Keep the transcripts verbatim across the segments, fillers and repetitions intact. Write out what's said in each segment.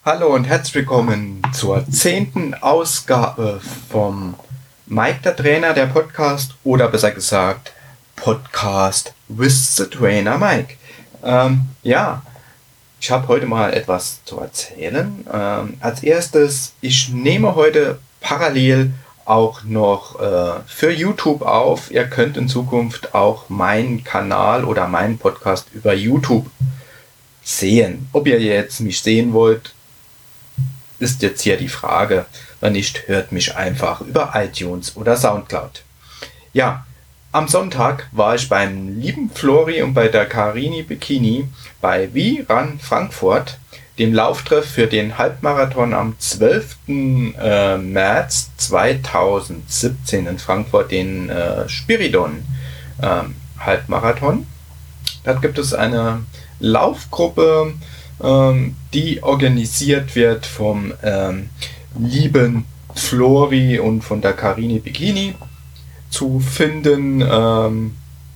Hallo und herzlich willkommen zur zehnten Ausgabe vom Mike der Trainer, der Podcast, oder besser gesagt Podcast with the Trainer Mike. Ähm, ja, ich habe heute mal etwas zu erzählen. Ähm, als erstes, ich nehme heute parallel auch noch äh, für YouTube auf. Ihr könnt in Zukunft auch meinen Kanal oder meinen Podcast über YouTube sehen. Ob ihr jetzt mich sehen wollt, ist jetzt hier die Frage. Wenn nicht, hört mich einfach über iTunes oder Soundcloud. Ja, am Sonntag war ich beim lieben Flori und bei der Carini Bikini bei V-Run Frankfurt, dem Lauftreff für den Halbmarathon am zwölften März zweitausendsiebzehn in Frankfurt, den äh, Spiridon äh, Halbmarathon. Dort gibt es eine Laufgruppe, ähm, die organisiert wird vom ähm, lieben Flori und von der Carini Bikini, zu finden ähm,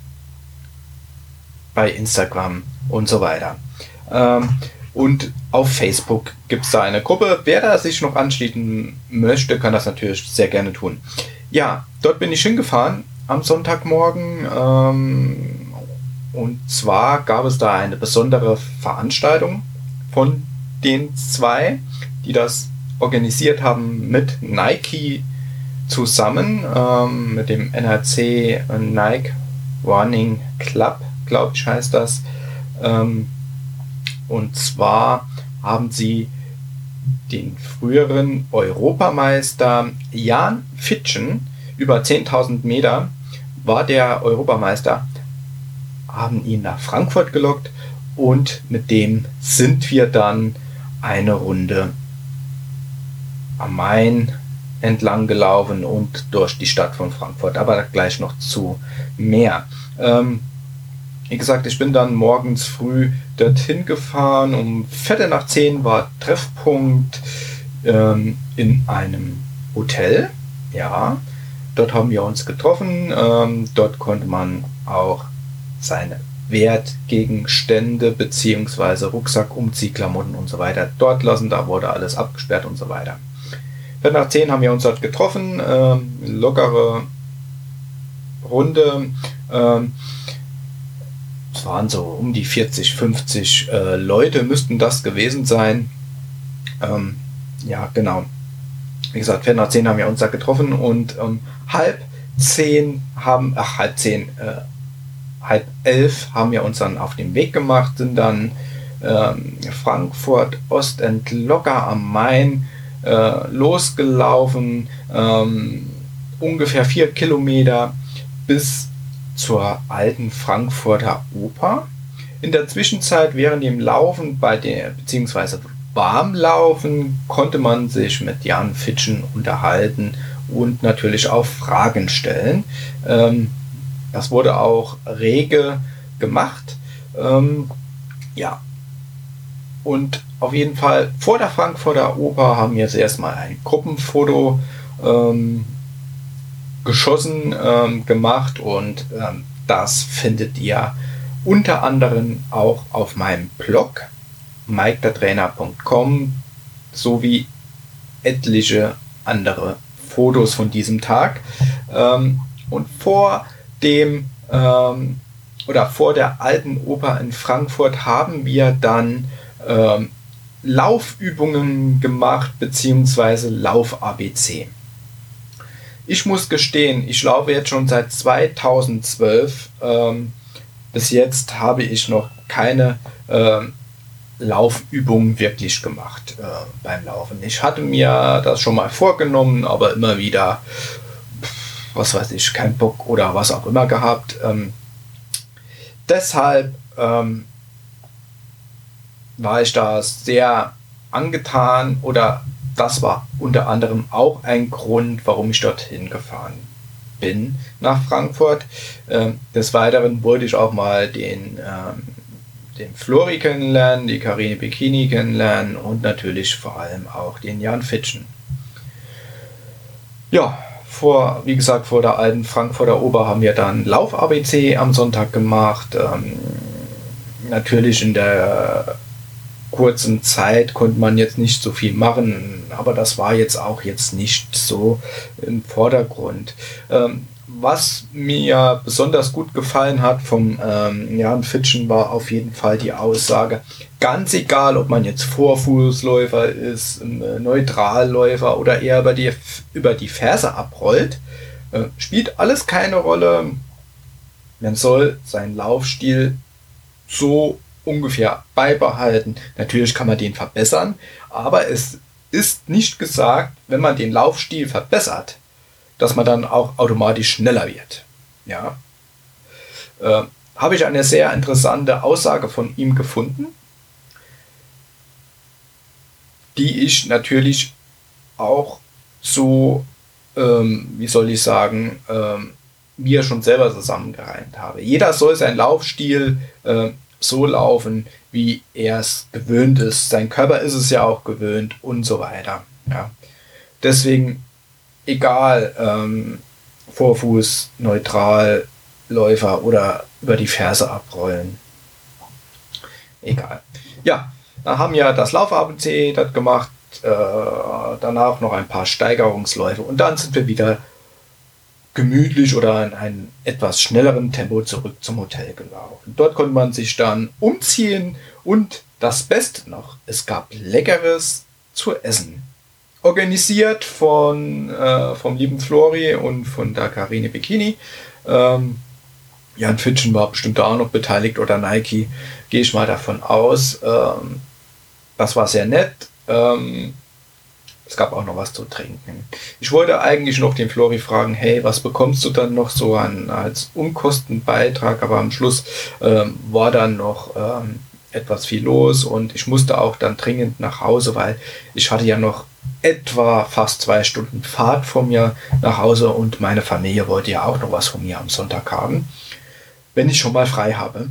bei Instagram und so weiter. Ähm, und auf Facebook gibt es da eine Gruppe. Wer da sich noch anschließen möchte, kann das natürlich sehr gerne tun. Ja, dort bin ich hingefahren am Sonntagmorgen. Ähm, und zwar gab es da eine besondere Veranstaltung von den zwei, die das organisiert haben mit Nike zusammen, ähm, mit dem N R C Nike Running Club, glaube ich heißt das. Ähm, und zwar haben sie den früheren Europameister Jan Fitschen, über zehntausend Meter war der Europameister, haben ihn nach Frankfurt gelockt und mit dem sind wir dann eine Runde am Main entlang gelaufen und durch die Stadt von Frankfurt, aber gleich noch zu mehr. Ähm, wie gesagt, ich bin dann morgens früh dorthin gefahren, um Viertel nach zehn war Treffpunkt ähm, in einem Hotel, ja, dort haben wir uns getroffen, ähm, dort konnte man auch seine Wertgegenstände bzw. Rucksack, Umziehklamotten und so weiter dort lassen, da wurde alles abgesperrt und so weiter. Viertel nach zehn haben wir uns dort getroffen, ähm, lockere Runde, ähm, es waren so um die vierzig, fünfzig äh, Leute müssten das gewesen sein, ähm, ja genau, wie gesagt, Viertel nach zehn haben wir uns da getroffen und ähm, halb zehn haben, ach halb zehn, äh, halb elf haben wir uns dann auf den Weg gemacht, sind dann ähm, Frankfurt Ostend locker am Main äh, losgelaufen, ähm, ungefähr vier Kilometer bis zur alten Frankfurter Oper. In der Zwischenzeit während dem Laufen bei der beziehungsweise Warmlaufen konnte man sich mit Jan Fitschen unterhalten und natürlich auch Fragen stellen. Ähm, Das wurde auch rege gemacht. Ähm, ja. Und auf jeden Fall vor der Frankfurter Oper haben wir jetzt erstmal ein Gruppenfoto ähm, geschossen, ähm, gemacht und ähm, das findet ihr unter anderem auch auf meinem Blog mike der trainer punkt com sowie etliche andere Fotos von diesem Tag. Ähm, und vor dem ähm, oder vor der alten Oper in Frankfurt haben wir dann ähm, Laufübungen gemacht beziehungsweise Lauf-A B C. Ich muss gestehen, ich laufe jetzt schon seit zweitausendzwölf. Ähm, bis jetzt habe ich noch keine ähm, Laufübungen wirklich gemacht äh, beim Laufen. Ich hatte mir das schon mal vorgenommen, aber immer wieder was weiß ich, kein Bock oder was auch immer gehabt. Ähm, deshalb ähm, war ich da sehr angetan oder das war unter anderem auch ein Grund, warum ich dorthin gefahren bin nach Frankfurt. Ähm, des Weiteren wollte ich auch mal den, ähm, den Flori kennenlernen, die Carini Bikini kennenlernen und natürlich vor allem auch den Jan Fitschen. Ja, vor, wie gesagt, vor der alten Frankfurter Oper haben wir dann Lauf-A B C am Sonntag gemacht. Ähm, natürlich in der kurzen Zeit konnte man jetzt nicht so viel machen, aber das war jetzt auch jetzt nicht so im Vordergrund. Ähm, was mir besonders gut gefallen hat vom ähm, Jan Fitschen war auf jeden Fall die Aussage, ganz egal, ob man jetzt Vorfußläufer ist, äh, Neutralläufer oder eher über die, über die Ferse abrollt, äh, spielt alles keine Rolle. Man soll seinen Laufstil so ungefähr beibehalten. Natürlich kann man den verbessern, aber es ist nicht gesagt, wenn man den Laufstil verbessert, dass man dann auch automatisch schneller wird. Ja. Äh, habe ich eine sehr interessante Aussage von ihm gefunden, die ich natürlich auch so, ähm, wie soll ich sagen, ähm, mir schon selber zusammengereimt habe. Jeder soll seinen Laufstil äh, so laufen, wie er es gewöhnt ist. Sein Körper ist es ja auch gewöhnt und so weiter. Ja. Deswegen, egal, ähm, Vorfuß, neutral, Läufer oder über die Ferse abrollen. Egal. Ja, dann haben wir das Lauf-A B C das gemacht, äh, danach noch ein paar Steigerungsläufe und dann sind wir wieder gemütlich oder in einem etwas schnelleren Tempo zurück zum Hotel gelaufen. Dort konnte man sich dann umziehen und das Beste noch, es gab Leckeres zu essen. Organisiert von äh, vom lieben Flori und von der Karine Bikini. Ähm, Jan Fitschen war bestimmt auch noch beteiligt oder Nike, gehe ich mal davon aus. Ähm, das war sehr nett. Ähm, es gab auch noch was zu trinken. Ich wollte eigentlich noch den Flori fragen, hey, was bekommst du dann noch so an als Unkostenbeitrag? Aber am Schluss ähm, war dann noch ähm, etwas viel los und ich musste auch dann dringend nach Hause, weil ich hatte ja noch etwa fast zwei Stunden Fahrt von mir nach Hause und meine Familie wollte ja auch noch was von mir am Sonntag haben, wenn ich schon mal frei habe.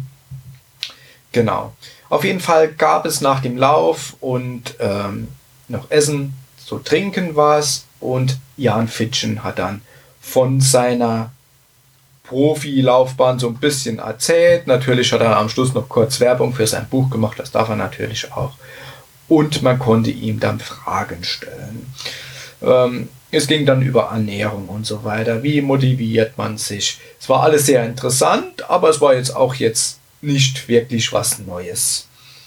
Genau. Auf jeden Fall gab es nach dem Lauf und ähm, noch Essen, so trinken was und Jan Fitschen hat dann von seiner Profilaufbahn so ein bisschen erzählt. Natürlich hat er am Schluss noch kurz Werbung für sein Buch gemacht, das darf er natürlich auch. Und man konnte ihm dann Fragen stellen. Ähm, es ging dann über Ernährung und so weiter. Wie motiviert man sich? Es war alles sehr interessant, aber es war jetzt auch jetzt nicht wirklich was Neues.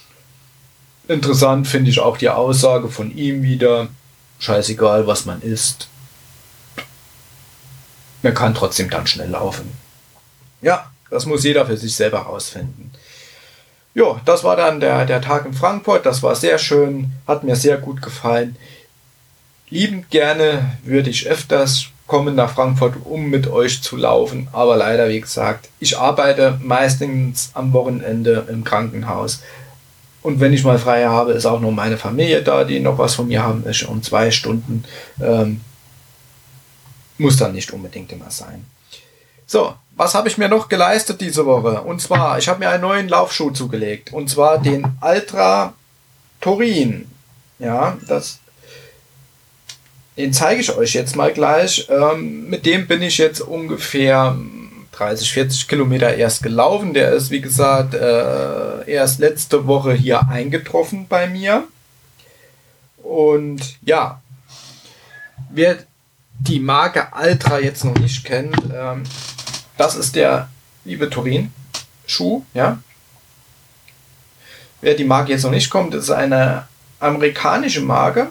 Interessant finde ich auch die Aussage von ihm wieder. Scheißegal, was man isst. Man kann trotzdem dann schnell laufen. Ja, das muss jeder für sich selber rausfinden. Ja, das war dann der, der Tag in Frankfurt. Das war sehr schön, hat mir sehr gut gefallen. Liebend gerne würde ich öfters kommen nach Frankfurt, um mit euch zu laufen. Aber leider, wie gesagt, ich arbeite meistens am Wochenende im Krankenhaus. Und wenn ich mal frei habe, ist auch noch meine Familie da, die noch was von mir haben möchte. Um zwei Stunden ähm, muss dann nicht unbedingt immer sein. So, was habe ich mir noch geleistet diese Woche? Und zwar, ich habe mir einen neuen Laufschuh zugelegt. Und zwar den Altra Turin. Ja, das, den zeige ich euch jetzt mal gleich. Ähm, mit dem bin ich jetzt ungefähr dreißig, vierzig Kilometer erst gelaufen. Der ist, wie gesagt, äh, erst letzte Woche hier eingetroffen bei mir. Und ja, wer die Marke Altra jetzt noch nicht kennt, ähm, das ist der liebe Turin-Schuh. Ja. Wer die Marke jetzt noch nicht kommt, ist eine amerikanische Marke.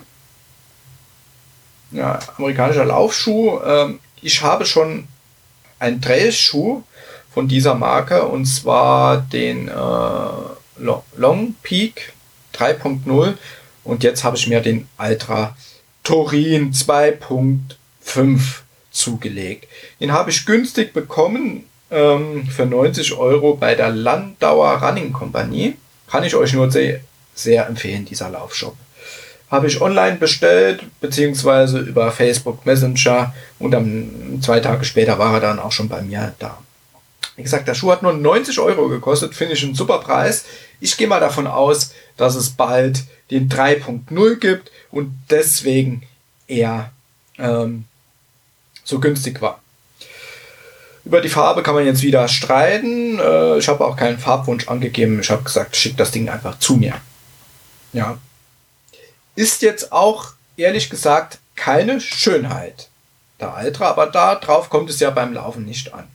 Ja, amerikanischer Laufschuh. Ähm, ich habe schon einen Trailschuh von dieser Marke und zwar den äh, Long Peak drei Punkt null und jetzt habe ich mir den Altra Turin zwei Punkt fünf zugelegt. Den habe ich günstig bekommen ähm, für neunzig Euro bei der Landauer Running Company. Kann ich euch nur sehr, sehr empfehlen, dieser Laufshop. Habe ich online bestellt, beziehungsweise über Facebook Messenger und dann zwei Tage später war er dann auch schon bei mir da. Wie gesagt, der Schuh hat nur neunzig Euro gekostet, finde ich ein super Preis. Ich gehe mal davon aus, dass es bald den drei Punkt null gibt und deswegen eher ähm, so günstig war. Über die Farbe kann man jetzt wieder streiten. Äh, ich habe auch keinen Farbwunsch angegeben. Ich habe gesagt, schick das Ding einfach zu mir. Ja. Ist jetzt auch, ehrlich gesagt, keine Schönheit, der Altra, aber da drauf kommt es ja beim Laufen nicht an.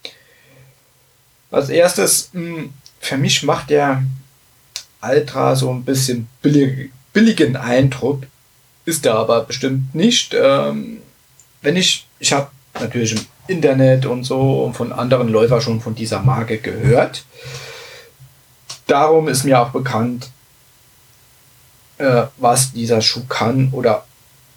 Als erstes, für mich macht der Altra so ein bisschen billig, billigen Eindruck, ist er aber bestimmt nicht. Ähm, wenn ich, ich habe natürlich im Internet und so und von anderen Läufern schon von dieser Marke gehört. Darum ist mir auch bekannt, äh, was dieser Schuh kann oder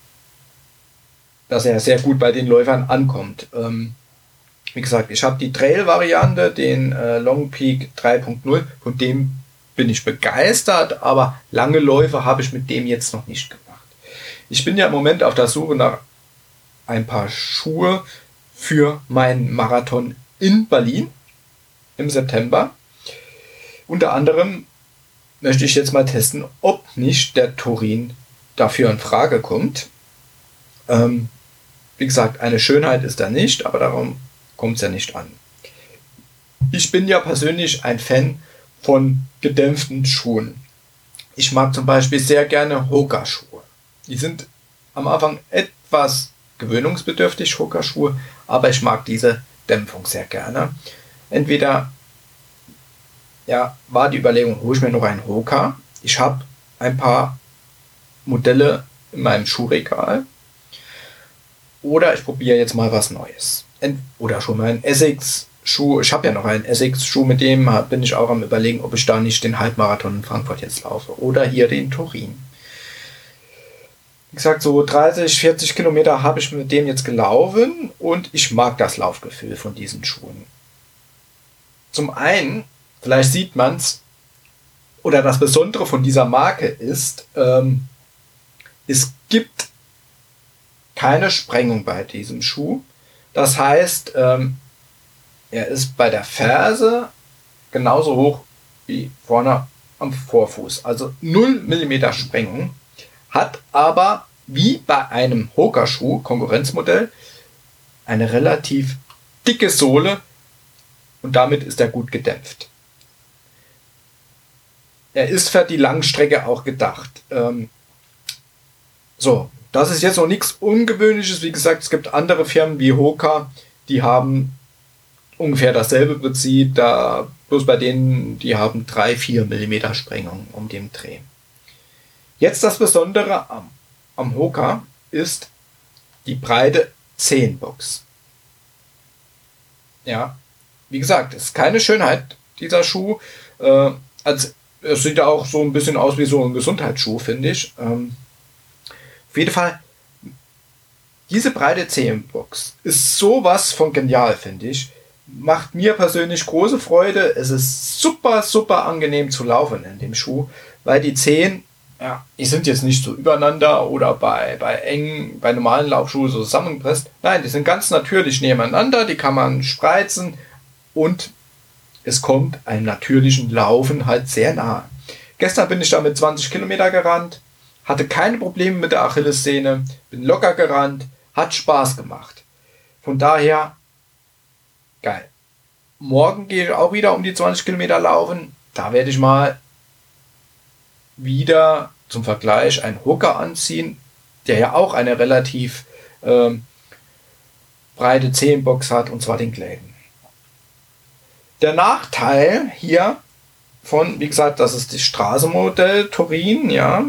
dass er sehr gut bei den Läufern ankommt. Ähm, wie gesagt, ich habe die Trail-Variante, den äh, Long Peak drei Punkt null, von dem bin ich begeistert, aber lange Läufe habe ich mit dem jetzt noch nicht gemacht. Ich bin ja im Moment auf der Suche nach ein paar Schuhe für meinen Marathon in Berlin im September. Unter anderem möchte ich jetzt mal testen, ob nicht der Turin dafür in Frage kommt. Ähm, wie gesagt, eine Schönheit ist er nicht, aber darum kommt es ja nicht an. Ich bin ja persönlich ein Fan von gedämpften Schuhen. Ich mag zum Beispiel sehr gerne Hoka-Schuhe. Die sind am Anfang etwas gewöhnungsbedürftig, Hoka-Schuhe, aber ich mag diese Dämpfung sehr gerne. Entweder ja, war die Überlegung, hole ich mir noch einen Hoka. Ich habe ein paar Modelle in meinem Schuhregal. Oder ich probiere jetzt mal was Neues. Oder schon mal einen Essex-Schuh. Ich habe ja noch einen Essex-Schuh, mit dem bin ich auch am Überlegen, ob ich da nicht den Halbmarathon in Frankfurt jetzt laufe. Oder hier den Turin. Wie gesagt, so dreißig, vierzig Kilometer habe ich mit dem jetzt gelaufen und ich mag das Laufgefühl von diesen Schuhen. Zum einen, vielleicht sieht man es, oder das Besondere von dieser Marke ist, ähm, es gibt keine Sprengung bei diesem Schuh. Das heißt, ähm, er ist bei der Ferse genauso hoch wie vorne am Vorfuß. Also null Millimeter Sprengung. Hat aber, wie bei einem Hoka-Schuh, Konkurrenzmodell, eine relativ dicke Sohle und damit ist er gut gedämpft. Er ist für die Langstrecke auch gedacht. Ähm, so, das ist jetzt noch nichts Ungewöhnliches. Wie gesagt, es gibt andere Firmen wie Hoka, die haben ungefähr dasselbe Prinzip, da bloß bei denen, die haben drei bis vier Millimeter Sprengung um den Dreh. Jetzt das Besondere am, am Hoka ist die breite Zehenbox. Ja, wie gesagt, es ist keine Schönheit, dieser Schuh. Äh, also, es sieht auch so ein bisschen aus wie so ein Gesundheitsschuh, finde ich. Ähm, auf jeden Fall, diese breite Zehenbox ist sowas von genial, finde ich. Macht mir persönlich große Freude. Es ist super, super angenehm zu laufen in dem Schuh, weil die Zehen, ja, die sind jetzt nicht so übereinander oder bei, bei engen, bei normalen Laufschuhen so zusammengepresst. Nein, die sind ganz natürlich nebeneinander, die kann man spreizen und es kommt einem natürlichen Laufen halt sehr nahe. Gestern bin ich da mit zwanzig Kilometer gerannt, hatte keine Probleme mit der Achillessehne, bin locker gerannt, hat Spaß gemacht. Von daher, geil. Morgen gehe ich auch wieder um die zwanzig Kilometer laufen. Da werde ich mal wieder zum Vergleich einen Hoka anziehen, der ja auch eine relativ ähm, breite Zehenbox hat, und zwar den Gladen. Der Nachteil hier von, wie gesagt, das ist das Straßenmodell Turin, ja,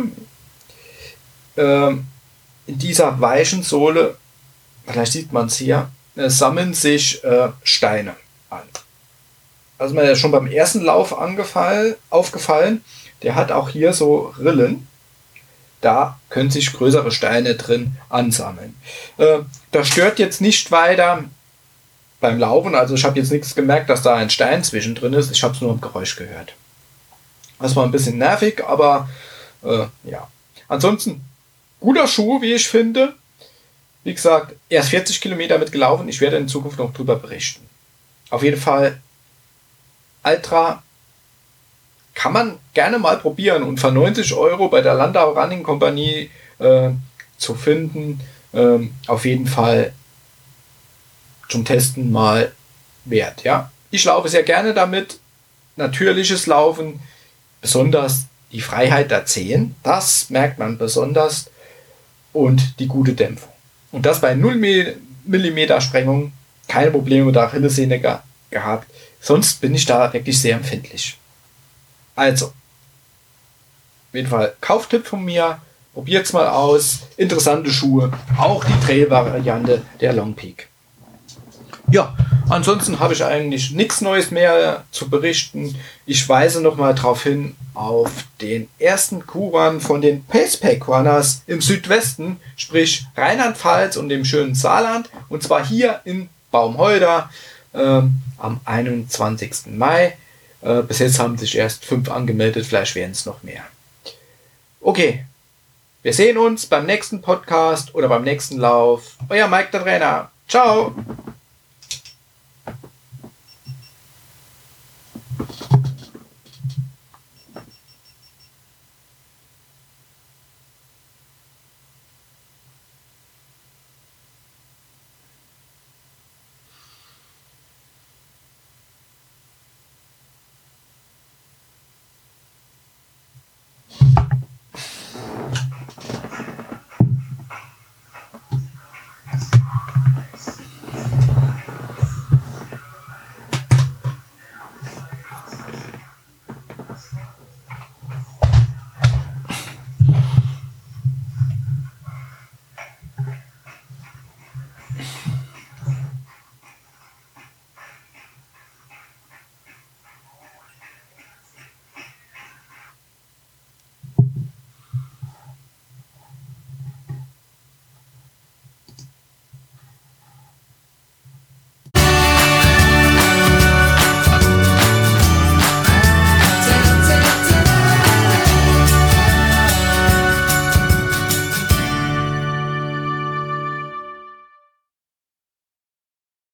ähm, in dieser weichen Sohle, vielleicht sieht man es hier, äh, sammeln sich äh, Steine an. Also mir ist schon beim ersten Lauf angefallen, aufgefallen, der hat auch hier so Rillen. Da können sich größere Steine drin ansammeln. Äh, das stört jetzt nicht weiter beim Laufen. Also ich habe jetzt nichts gemerkt, dass da ein Stein zwischendrin ist. Ich habe es nur im Geräusch gehört. Das war ein bisschen nervig, aber äh, ja. Ansonsten guter Schuh, wie ich finde. Wie gesagt, erst vierzig Kilometer mitgelaufen. Ich werde in Zukunft noch drüber berichten. Auf jeden Fall Altra kann man gerne mal probieren und für neunzig Euro bei der Landau Running Company äh, zu finden, äh, auf jeden Fall zum Testen mal wert. Ja? Ich laufe sehr gerne damit, natürliches Laufen, besonders die Freiheit der Zehen, das merkt man besonders, und die gute Dämpfung. Und das bei null Millimeter Sprengung, keine Probleme mit der Achillessehne ge- gehabt. Sonst bin ich da wirklich sehr empfindlich. Also, auf jeden Fall Kauftipp von mir, probiert's mal aus. Interessante Schuhe, auch die Trail-Variante der Long Peak. Ja, ansonsten habe ich eigentlich nichts Neues mehr zu berichten. Ich weise nochmal darauf hin auf den ersten Q-Run von den Pacepack Runners im Südwesten, sprich Rheinland-Pfalz und dem schönen Saarland, und zwar hier in Baumholder ähm, am einundzwanzigsten Mai. Äh, bis jetzt haben sich erst fünf angemeldet, vielleicht werden es noch mehr. Okay, wir sehen uns beim nächsten Podcast oder beim nächsten Lauf. Euer Mike, der Trainer. Ciao!